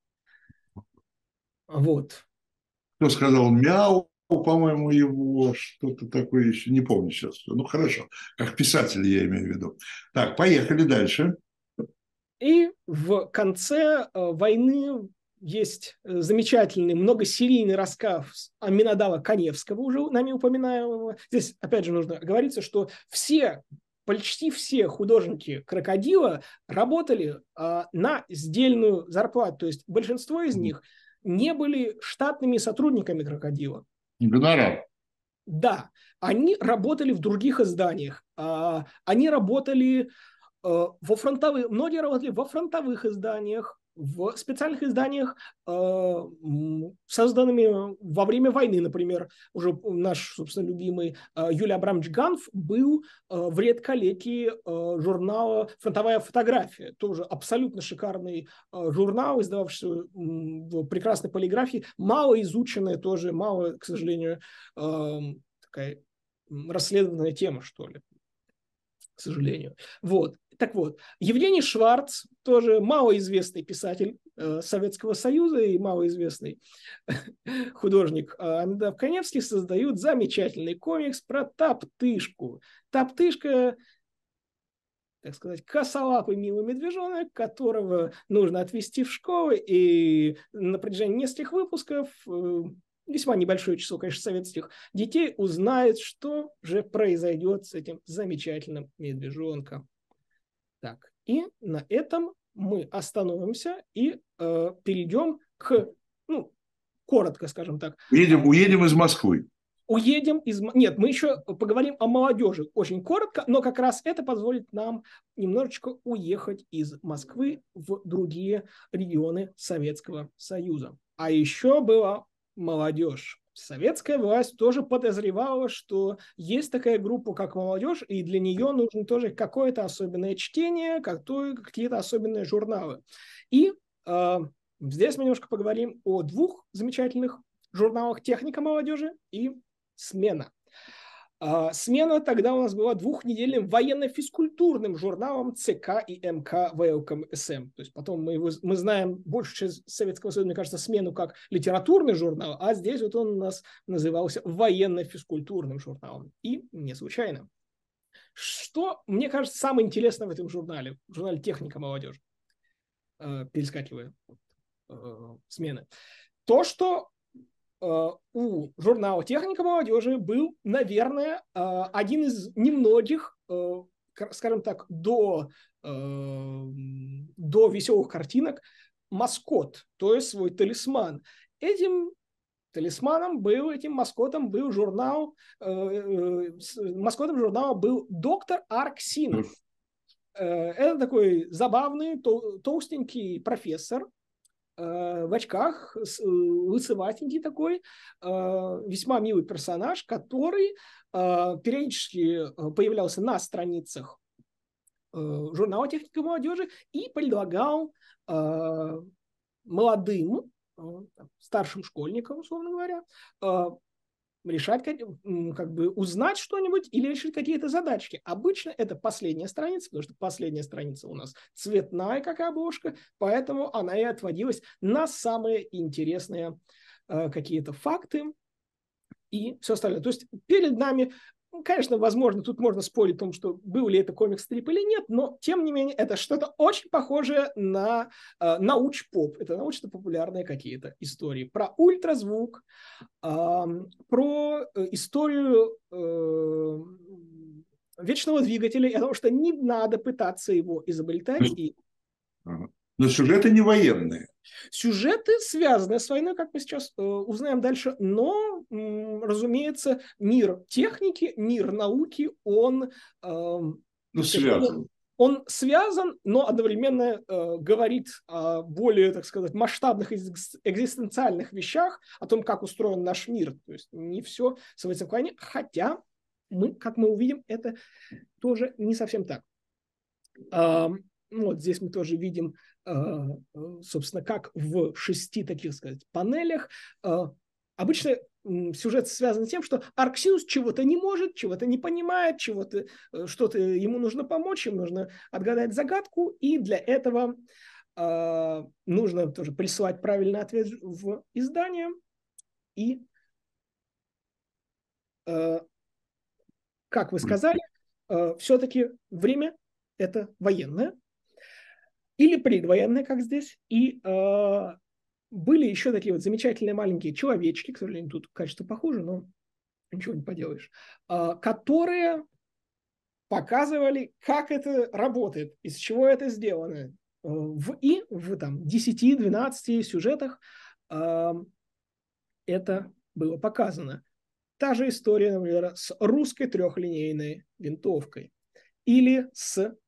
Вот. Кто сказал «мяу»? По-моему, его что-то такое еще, не помню сейчас. Ну, хорошо, как писатель я имею в виду. Так, поехали дальше. И в конце э, войны есть замечательный многосерийный рассказ Аминадава Каневского, уже нами упоминаемого. Здесь, опять же, нужно оговориться, что все, почти все художники «Крокодила» работали э, на сдельную зарплату. То есть большинство из них не были штатными сотрудниками «Крокодила». Гонорар. Да, они работали в других изданиях. Они работали во фронтовых, многие работали во фронтовых изданиях, в специальных изданиях, созданными во время войны, например, уже наш, собственно, любимый Юлий Абрамович Ганф был в редколлегии журнала «Фронтовая фотография», тоже абсолютно шикарный журнал, издававшийся в прекрасной полиграфии, мало изученная тоже, мало, к сожалению, такая расследованная тема, что ли, к сожалению. Вот. Так вот, Евгений Шварц, тоже малоизвестный писатель э, Советского Союза и малоизвестный художник э, Амедов Каневский создают замечательный комикс про Топтышку. Топтышка, так сказать, косолапый милый медвежонок, которого нужно отвезти в школу, и на протяжении нескольких выпусков э, весьма небольшое число, конечно, советских детей узнает, что же произойдет с этим замечательным медвежонком. Так, и на этом мы остановимся и э, перейдем к, ну, коротко, скажем так. Уедем, уедем из Москвы. Уедем из... Нет, мы еще поговорим о молодежи очень коротко, но как раз это позволит нам немножечко уехать из Москвы в другие регионы Советского Союза. А еще была молодежь. Советская власть тоже подозревала, что есть такая группа, как молодежь, и для нее нужно тоже какое-то особенное чтение, какие-то особенные журналы. И э, здесь мы немножко поговорим о двух замечательных журналах «Техника молодежи» и «Смена». Э, «Смена» тогда у нас была двухнедельным военно-физкультурным журналом ЦК и МК ВЛКСМ. То есть потом мы, его, мы знаем больше через Советского Союза, мне кажется, «Смену» как литературный журнал, а здесь вот он у нас назывался военно-физкультурным журналом. И не случайно. Что, мне кажется, самое интересное в этом журнале, в журнале «Техника молодежи», э, перескакивая э, «Смены», то, что у журнала «Техника молодежи» был, наверное, один из немногих, скажем так, до, до веселых картинок маскот, то есть свой талисман. Этим талисманом был, этим маскотом был журнал, маскотом журнала был доктор Арксинов. Это такой забавный, толстенький профессор, в очках, лысоватенький такой, весьма милый персонаж, который периодически появлялся на страницах журнала «Техника молодежи» и предлагал молодым, старшим школьникам, условно говоря, решать, как бы узнать что-нибудь или решить какие-то задачки. Обычно это последняя страница, потому что последняя страница у нас цветная, как обложка, поэтому она и отводилась на самые интересные э, какие-то факты и все остальное. То есть перед нами, конечно, возможно, тут можно спорить о том, что был ли это комикс-стрип или нет, но, тем не менее, это что-то очень похожее на э, науч-поп. Это научно-популярные какие-то истории про ультразвук, э, про историю э, вечного двигателя, потому что не надо пытаться его изобретать. И... Но сюжеты не военные. Сюжеты связаны с войной, как мы сейчас э, узнаем дальше, но, м, разумеется, мир техники, мир науки, он, э, ну, связан. Он связан, но одновременно э, говорит о более, так сказать, масштабных экзистенциальных вещах, о том, как устроен наш мир. То есть не все сводится к войне, хотя мы, как мы увидим, это тоже не совсем так. Э, вот здесь мы тоже видим, собственно, как в шести таких, сказать, панелях. Обычно сюжет связан с тем, что Арксинус чего-то не может, чего-то не понимает, чего-то, что-то ему нужно помочь, ему нужно отгадать загадку, и для этого нужно тоже присылать правильный ответ в издание. И, как вы сказали, все-таки время это военное. Или предвоенные, как здесь. И э, были еще такие вот замечательные маленькие человечки, к сожалению, тут качество похуже, но ничего не поделаешь, э, которые показывали, как это работает, из чего это сделано. В, и в там, десяти-двенадцати сюжетах э, это было показано. Та же история, например, с русской трехлинейной винтовкой или с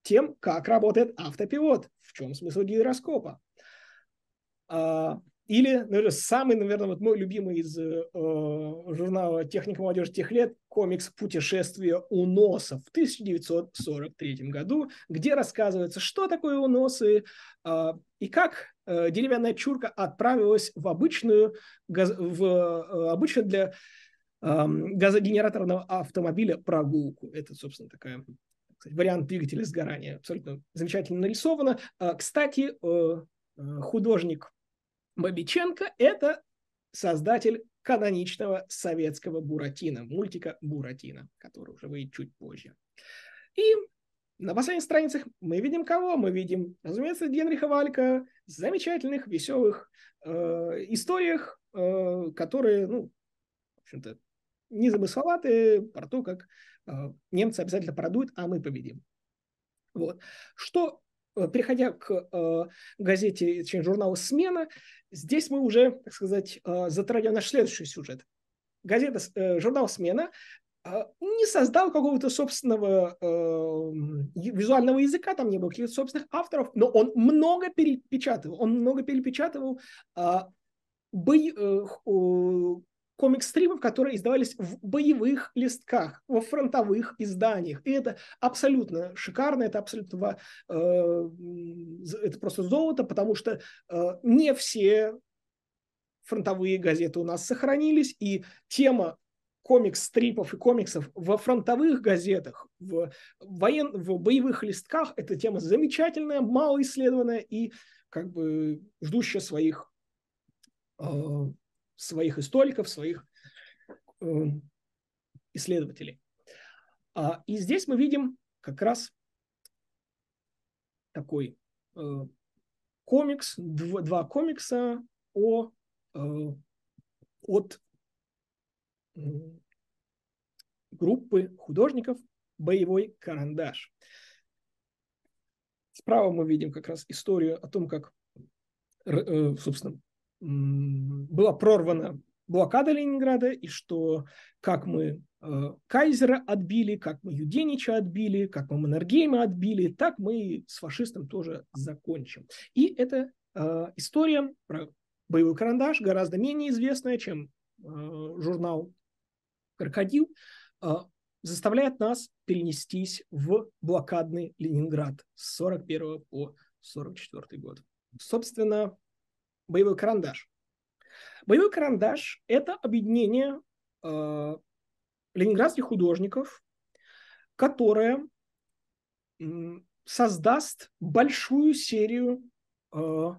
тем, как работает автопилот, в чем смысл гироскопа. А, или, наверное, самый, наверное, вот мой любимый из э, журнала «Техника молодежи тех лет» комикс «Путешествие уносов» в тысяча девятьсот сорок третьем году, где рассказывается, что такое уносы э, и как э, деревянная чурка отправилась в обычную, газ, в, э, обычную для э, газогенераторного автомобиля прогулку. Это, собственно, такая, кстати, вариант двигателя сгорания. Абсолютно замечательно нарисовано. А, кстати, э, художник Бабиченко – это создатель каноничного советского Буратино, мультика «Буратино», который уже выйдет чуть позже. И на последних страницах мы видим кого? Мы видим, разумеется, Генриха Валька в замечательных, веселых э, историях, э, которые, ну, в общем-то, незамысловатые, про то, как э, немцы обязательно продуют, а мы победим. Вот. Что, переходя к э, газете, точнее, журналу «Смена», здесь мы уже, так сказать, э, затрагиваем наш следующий сюжет. Газета, э, журнал «Смена» э, не создал какого-то собственного э, визуального языка, там не было каких-то собственных авторов, но он много перепечатывал, он много перепечатывал э, бой, э, э, комикс-стримов, которые издавались в боевых листках, во фронтовых изданиях. И это абсолютно шикарно, это абсолютно э, это просто золото, потому что э, не все фронтовые газеты у нас сохранились, и тема комикс-стрипов и комиксов во фронтовых газетах, в, воен... в боевых листках, эта тема замечательная, малоисследованная и как бы ждущая своих э, своих историков, своих э, исследователей. А, и здесь мы видим как раз такой э, комикс, дв, два комикса о, э, от э, группы художников «Боевой карандаш». Справа мы видим как раз историю о том, как, э, собственно, была прорвана блокада Ленинграда, и что как мы э, Кайзера отбили, как мы Юденича отбили, как мы Маннергейма отбили, так мы с фашистом тоже закончим. И эта э, история про боевой карандаш гораздо менее известная, чем э, журнал «Крокодил», э, заставляет нас перенестись в блокадный Ленинград с сорок первого по сорок четвёртый год. Собственно, боевой карандаш. Боевой карандаш – это объединение э, ленинградских художников, которое э, создаст большую серию. Э,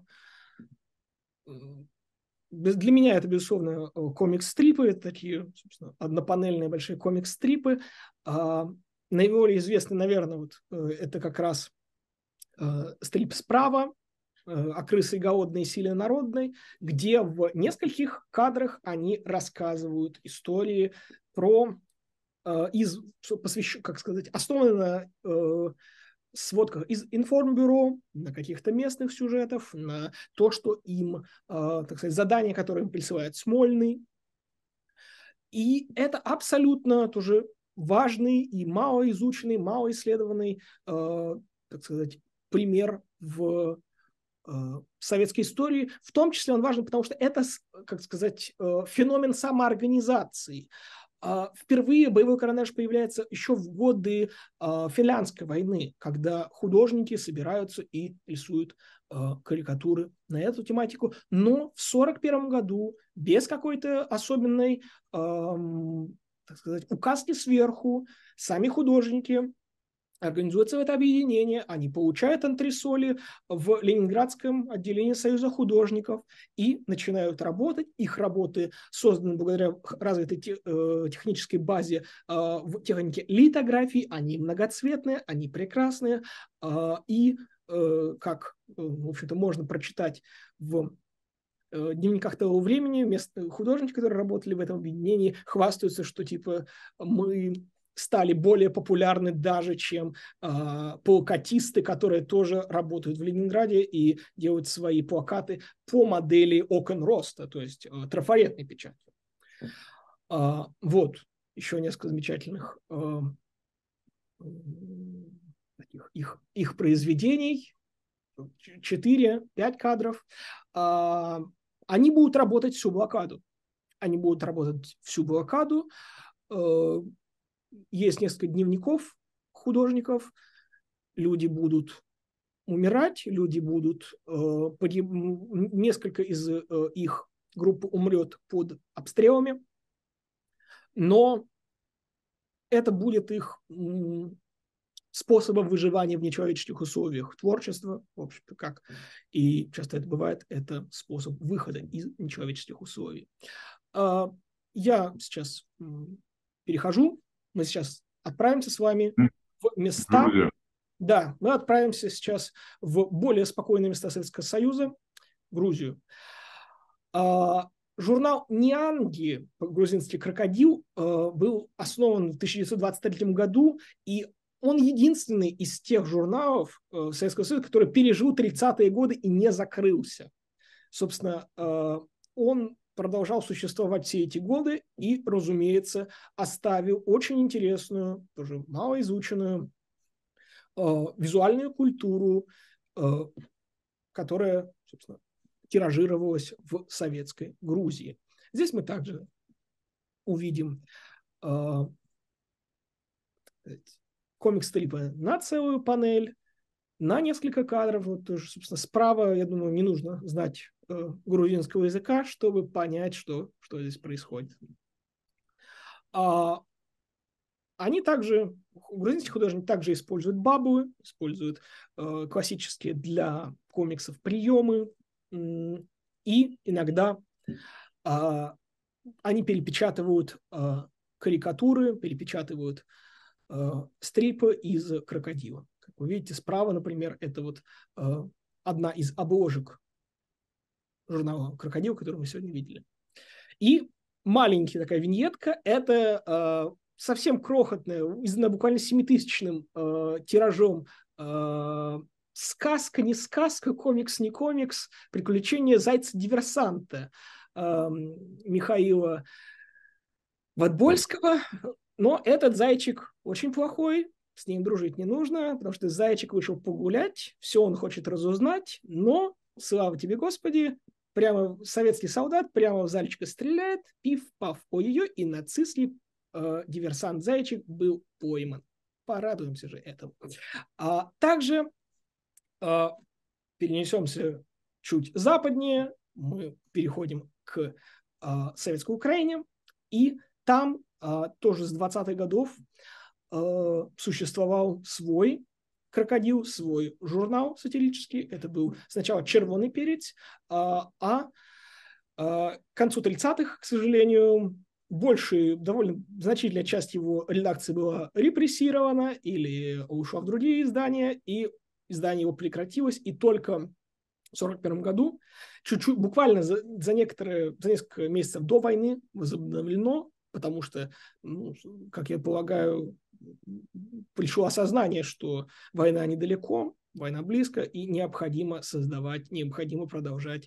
для меня это, безусловно, комикс-стрипы, это такие, собственно, однопанельные большие комикс-стрипы. Э, наиболее известный, наверное, вот, э, это как раз э, стрип «Справа», о крысы голодной силе народной, где в нескольких кадрах они рассказывают истории про э, из посвящу, как сказать, основаны на э, сводках из информбюро, на каких-то местных сюжетов, на то, что им, э, так сказать, задания, которые им присылает Смольный. И это абсолютно тоже важный и малоизученный, малоисследованный, э, так сказать, пример в советской истории. В том числе он важен, потому что это, как сказать, феномен самоорганизации. Впервые боевой карандаш появляется еще в годы Финляндской войны, когда художники собираются и рисуют карикатуры на эту тематику. Но в сорок первом году без какой-то особенной, так сказать, указки сверху сами художники организуются в это объединение, они получают антресоли в Ленинградском отделении Союза художников и начинают работать. Их работы созданы благодаря развитой технической базе в технике литографии. Они многоцветные, они прекрасные. И, как, в общем-то, можно прочитать в дневниках того времени, местные художники, которые работали в этом объединении, хвастаются, что типа мы стали более популярны даже, чем э, плакатисты, которые тоже работают в Ленинграде и делают свои плакаты по модели окон роста, то есть э, трафаретной печатью. Э, вот, еще несколько замечательных э, таких их, их произведений, четыре-пять кадров, а, они будут работать всю блокаду. Они будут работать всю блокаду. А, есть несколько дневников художников. Люди будут умирать, люди будут... А, погиб... Несколько из а, их группы умрет под обстрелами. Но это будет их способом выживания в нечеловеческих условиях. Творчество, в общем-то, как и часто это бывает, это способ выхода из нечеловеческих условий. Я сейчас перехожу, мы сейчас отправимся с вами в места. Грузия. Да, мы отправимся сейчас в более спокойные места Советского Союза, Грузию. Журнал «Нянги», грузинский крокодил, был основан в тысяча девятьсот двадцать третьем году, и он единственный из тех журналов Советского Союза, который пережил тридцатые годы и не закрылся. Собственно, он продолжал существовать все эти годы и, разумеется, оставил очень интересную, тоже малоизученную визуальную культуру, которая, собственно, тиражировалась в советской Грузии. Здесь мы также увидим э, комикс-стрипы на целую панель, на несколько кадров. Вот, собственно, справа, я думаю, не нужно знать э, грузинского языка, чтобы понять, что, что здесь происходит. А, они также, грузинские художники также используют баблы, используют э, классические для комиксов приемы, и иногда а, они перепечатывают а, карикатуры, перепечатывают а, стрипы из крокодила. Как вы видите, справа, например, это вот а, одна из обложек журнала «Крокодил», который мы сегодня видели. И маленькая такая виньетка – это а, совсем крохотная, буквально семитысячным а, тиражом а, сказка, не сказка, комикс, не комикс, приключения зайца-диверсанта э, Михаила Ватбольского. Но этот зайчик очень плохой, с ним дружить не нужно, потому что зайчик вышел погулять, все он хочет разузнать, но, слава тебе, Господи, прямо советский солдат прямо в зайчика стреляет, пиф-паф, ой-ой-ой, и нацистский э, диверсант-зайчик был пойман. Порадуемся же этому. А также Uh, перенесемся чуть западнее, мы переходим к uh, советской Украине, и там uh, тоже с двадцатых годов uh, существовал свой крокодил, свой журнал сатирический. Это был сначала «Червоный перец», uh, а uh, к концу тридцатых, к сожалению, большая, довольно значительная часть его редакции была репрессирована или ушла в другие издания, и издание его прекратилось, и только в сорок первом году, чуть-чуть, буквально за, за, некоторые, за несколько месяцев до войны возобновлено, потому что, ну, как я полагаю, пришло осознание, что война недалеко, война близко, и необходимо создавать, необходимо продолжать.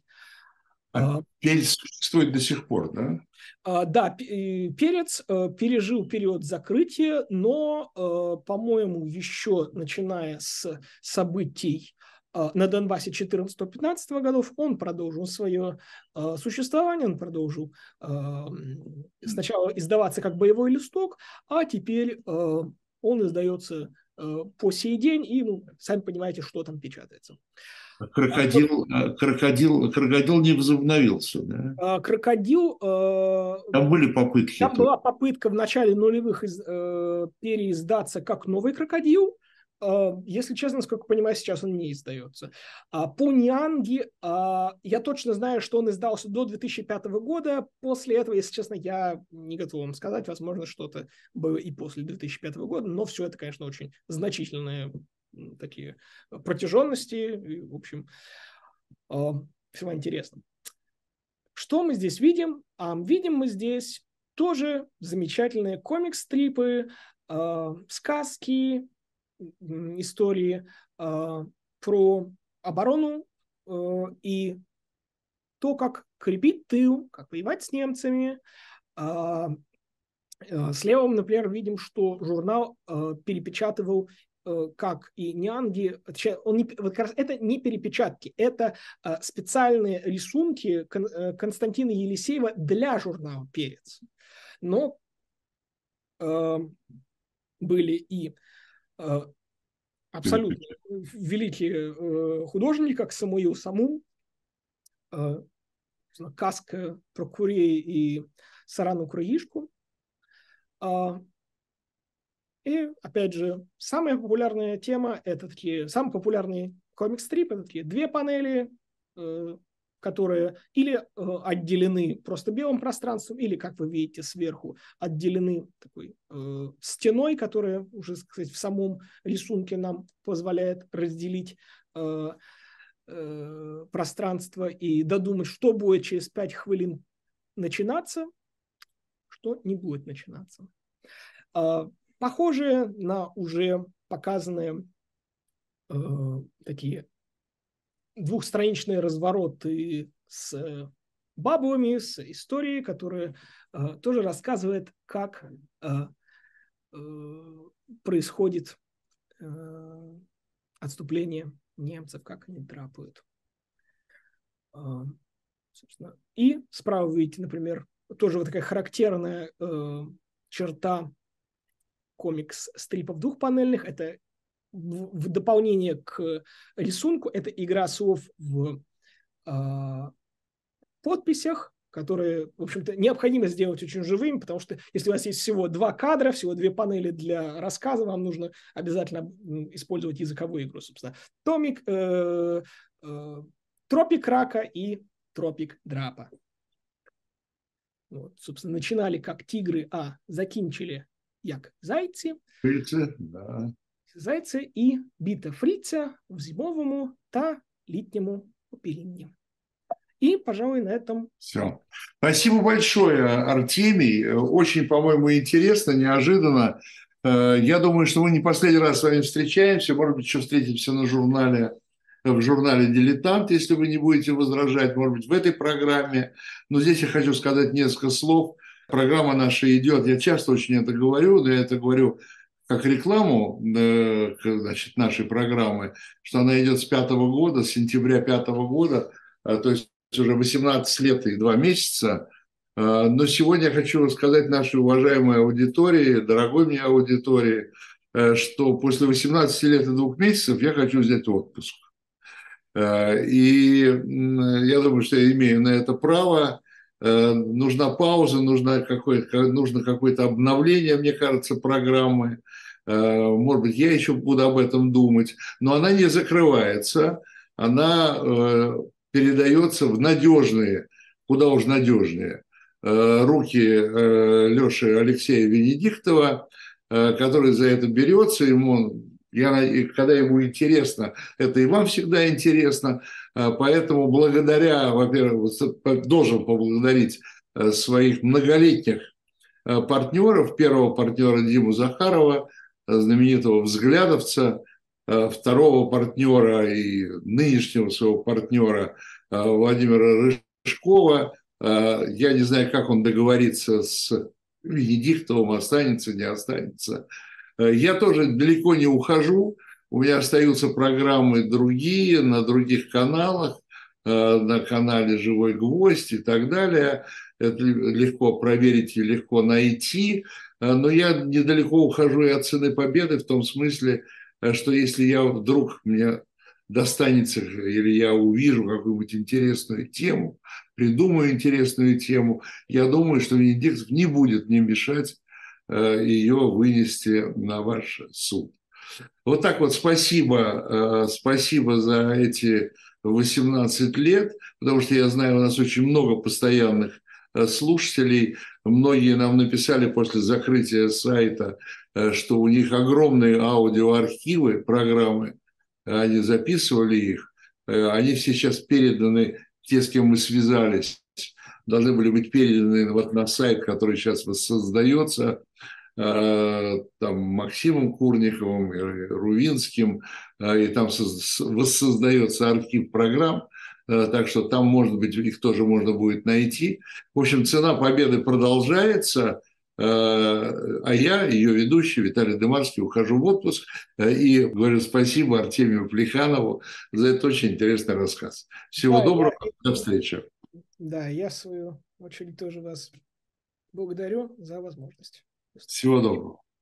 А перец существует до сих пор, да? А, да, перец пережил период закрытия, но, по-моему, еще начиная с событий на Донбассе четырнадцатого-пятнадцатого годов, он продолжил свое существование, он продолжил сначала издаваться как боевой листок, а теперь он издается по сей день, и, ну, сами понимаете, что там печатается. Крокодил, крокодил, крокодил не возобновился, да? Крокодил... Там были попытки. Там была попытка в начале нулевых из, э, переиздаться как новый крокодил. Э, если честно, насколько понимаю, сейчас он не издается. А по Нянге э, я точно знаю, что он издался до две тысячи пятого года. После этого, если честно, я не готов вам сказать. Возможно, что-то было и после две тысячи пятого года. Но все это, конечно, очень значительные такие протяженности. И, в общем, э, всего интересно. Что мы здесь видим? А видим мы здесь тоже замечательные комикс-стрипы, э, сказки, истории э, про оборону э, и то, как крепить тыл, как воевать с немцами. Э, э, слева, например, видим, что журнал э, перепечатывал как и Нянги, он не, вот как раз это не перепечатки, это специальные рисунки Константина Елисеева для журнала «Перец». Но э, были и э, абсолютно великие э, художники, как Самуил Саму, э, Каска про курей и Сарану Кроишку. Э, и, опять же, самая популярная тема – это такие, самый популярный комикс-стрип – это такие две панели, э, которые или э, отделены просто белым пространством, или, как вы видите сверху, отделены такой э, стеной, которая уже, кстати, в самом рисунке нам позволяет разделить э, э, пространство и додумать, что будет через пять хвилин начинаться, что не будет начинаться. Э, похожие на уже показанные э, такие двухстраничные развороты с бабами, с историей, которая э, тоже рассказывает, как э, э, происходит э, отступление немцев, как они драпают. Э, собственно. И справа видите, например, тоже вот такая характерная э, черта комикс-стрипов двухпанельных. Это в дополнение к рисунку, это игра слов в э, подписях, которые, в общем-то, необходимо сделать очень живыми, потому что если у вас есть всего два кадра, всего две панели для рассказа, вам нужно обязательно использовать языковую игру, собственно. Томик, э, э, Тропик Рака и Тропик Драпа. Вот, собственно, начинали как тигры, а закінчили як зайці. Фрицы, да. Зайці і біта фриця в зимовому та літньому опілінні. И, пожалуй, на этом все. Спасибо большое, Артемий. Очень, по-моему, интересно, неожиданно. Я думаю, что мы не последний раз с вами встречаемся. Может быть, еще встретимся на журнале, в журнале «Дилетант», если вы не будете возражать, может быть, в этой программе. Но здесь я хочу сказать несколько слов. Программа наша идет, я часто очень это говорю, но я это говорю как рекламу, значит, нашей программы, что она идет с пятого года, с сентября пятого года, то есть уже восемнадцать лет и два месяца. Но сегодня я хочу сказать нашей уважаемой аудитории, дорогой мне аудитории, что после восемнадцати лет и двух месяцев я хочу взять отпуск. И я думаю, что я имею на это право. Нужна пауза, нужно какое-то, нужно какое-то обновление, мне кажется, программы. Может быть, я еще буду об этом думать. Но она не закрывается. Она передается в надежные, куда уж надежнее, руки Леши Алексея Венедиктова, который за это берется. Ему, я, когда ему интересно, это и вам всегда интересно. Поэтому благодаря, во-первых, должен поблагодарить своих многолетних партнеров. Первого партнера Диму Захарова, знаменитого взглядовца, второго партнера и нынешнего своего партнера Владимира Рыжкова. Я не знаю, как он договорится с Венедиктовым, останется, не останется. Я тоже далеко не ухожу. У меня остаются программы другие, на других каналах, на канале «Живой гвоздь» и так далее. Это легко проверить и легко найти. Но я недалеко ухожу и от «Цены победы» в том смысле, что если я вдруг мне достанется или я увижу какую-нибудь интересную тему, придумаю интересную тему, я думаю, что Венедиктов не будет мне мешать ее вынести на ваш суд. Вот так вот спасибо, спасибо за эти восемнадцать лет, потому что я знаю, у нас очень много постоянных слушателей. Многие нам написали после закрытия сайта, что у них огромные аудиоархивы, программы, они записывали их, они все сейчас переданы, те, с кем мы связались, должны были быть переданы вот на сайт, который сейчас воссоздается, там Максимом Курниковым, и Рувинским, и там воссоздается архив программ, так что там, может быть, их тоже можно будет найти. В общем, «Цена победы» продолжается. А я, ее ведущий Виталий Дымарский, ухожу в отпуск и говорю спасибо Артемию Плеханову за этот очень интересный рассказ. Всего Да, доброго, я, до встречи. да, я в свою очередь тоже вас благодарю за возможность. Всего доброго.